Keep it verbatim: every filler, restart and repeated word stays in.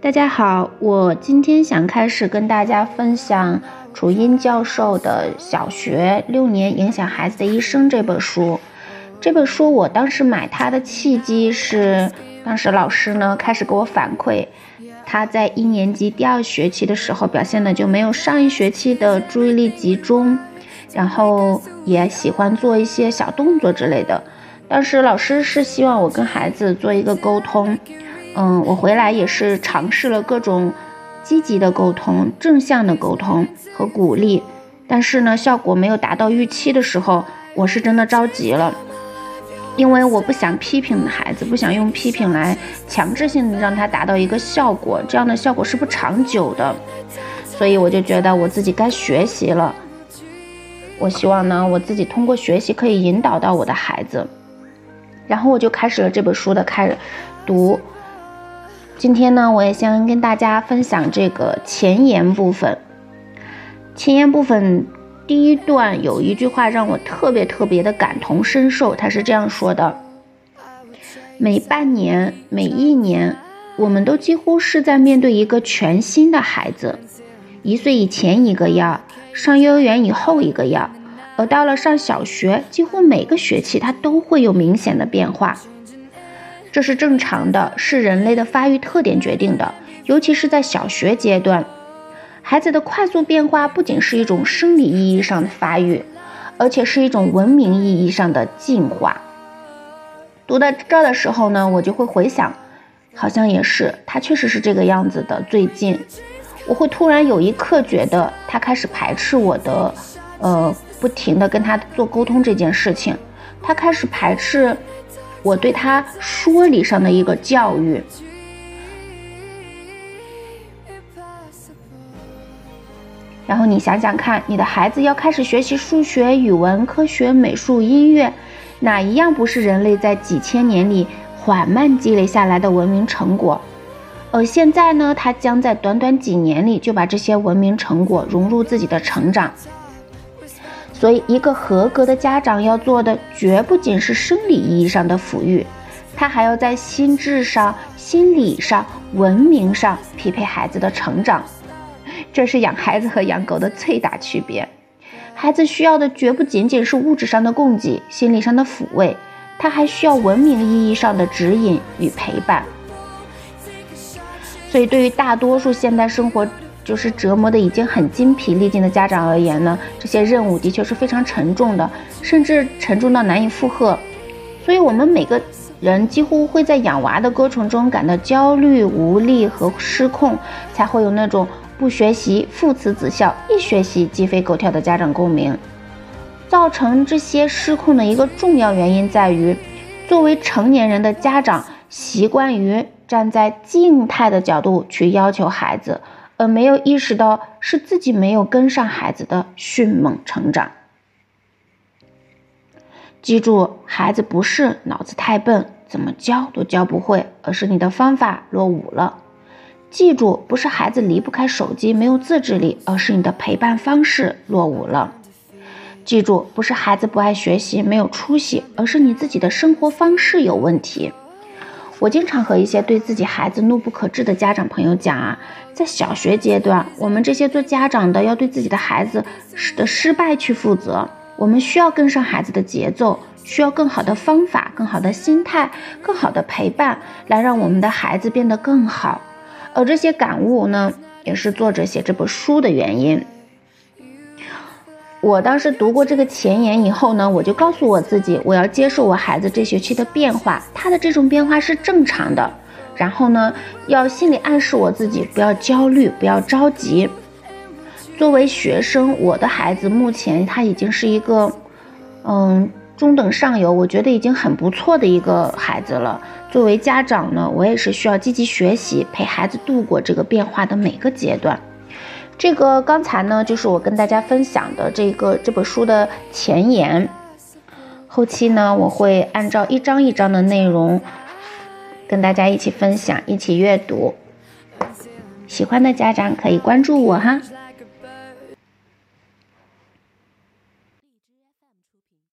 大家好，我今天想开始跟大家分享楚音教授的《小学六年影响孩子的一生》这本书。这本书我当时买它的契机是，当时老师呢开始给我反馈，他在一年级第二学期的时候表现的就没有上一学期的注意力集中，然后也喜欢做一些小动作之类的。当时老师是希望我跟孩子做一个沟通，嗯，我回来也是尝试了各种积极的沟通、正向的沟通和鼓励，但是呢，效果没有达到预期的时候，我是真的着急了，因为我不想批评孩子，不想用批评来强制性的让他达到一个效果，这样的效果是不长久的，所以我就觉得我自己该学习了。我希望呢，我自己通过学习可以引导到我的孩子，然后我就开始了这本书的开始读。今天呢，我也先跟大家分享这个前言部分。前言部分第一段有一句话让我特别特别的感同身受，他是这样说的：每半年、每一年，我们都几乎是在面对一个全新的孩子。一岁以前一个样，上幼儿园以后一个样，而到了上小学，几乎每个学期它都会有明显的变化。这是正常的，是人类的发育特点决定的，尤其是在小学阶段，孩子的快速变化不仅是一种生理意义上的发育，而且是一种文明意义上的进化。读到这儿的时候呢，我就会回想，好像也是，他确实是这个样子的。最近我会突然有一刻觉得他开始排斥我的呃，不停的跟他做沟通这件事情，他开始排斥我对他说理上的一个教育。然后你想想看，你的孩子要开始学习数学、语文、科学、美术、音乐，哪一样不是人类在几千年里缓慢积累下来的文明成果？而现在呢，他将在短短几年里就把这些文明成果融入自己的成长。所以一个合格的家长要做的绝不仅是生理意义上的抚育，他还要在心智上、心理上、文明上匹配孩子的成长。这是养孩子和养狗的最大区别。孩子需要的绝不仅仅是物质上的供给、心理上的抚慰，他还需要文明意义上的指引与陪伴。所以对于大多数现代生活就是折磨的已经很精疲力尽的家长而言呢，这些任务的确是非常沉重的，甚至沉重到难以负荷。所以我们每个人几乎会在养娃的过程中感到焦虑、无力和失控，才会有那种不学习父慈子孝，一学习鸡飞狗跳的家长共鸣。造成这些失控的一个重要原因在于，作为成年人的家长习惯于站在静态的角度去要求孩子，而没有意识到是自己没有跟上孩子的迅猛成长。记住，孩子不是脑子太笨，怎么教都教不会，而是你的方法落伍了。记住，不是孩子离不开手机没有自制力，而是你的陪伴方式落伍了。记住，不是孩子不爱学习没有出息，而是你自己的生活方式有问题。我经常和一些对自己孩子怒不可支的家长朋友讲啊，在小学阶段，我们这些做家长的要对自己的孩子的失败去负责，我们需要跟上孩子的节奏，需要更好的方法、更好的心态、更好的陪伴，来让我们的孩子变得更好。而这些感悟呢，也是作者写这本书的原因。我当时读过这个前言以后呢，我就告诉我自己，我要接受我孩子这学期的变化，他的这种变化是正常的。然后呢，要心理暗示我自己，不要焦虑，不要着急。作为学生，我的孩子目前他已经是一个，嗯，中等上游，我觉得已经很不错的一个孩子了。作为家长呢，我也是需要积极学习，陪孩子度过这个变化的每个阶段。这个刚才呢，就是我跟大家分享的这个这本书的前言。后期呢，我会按照一章一章的内容跟大家一起分享，一起阅读。喜欢的家长可以关注我哈。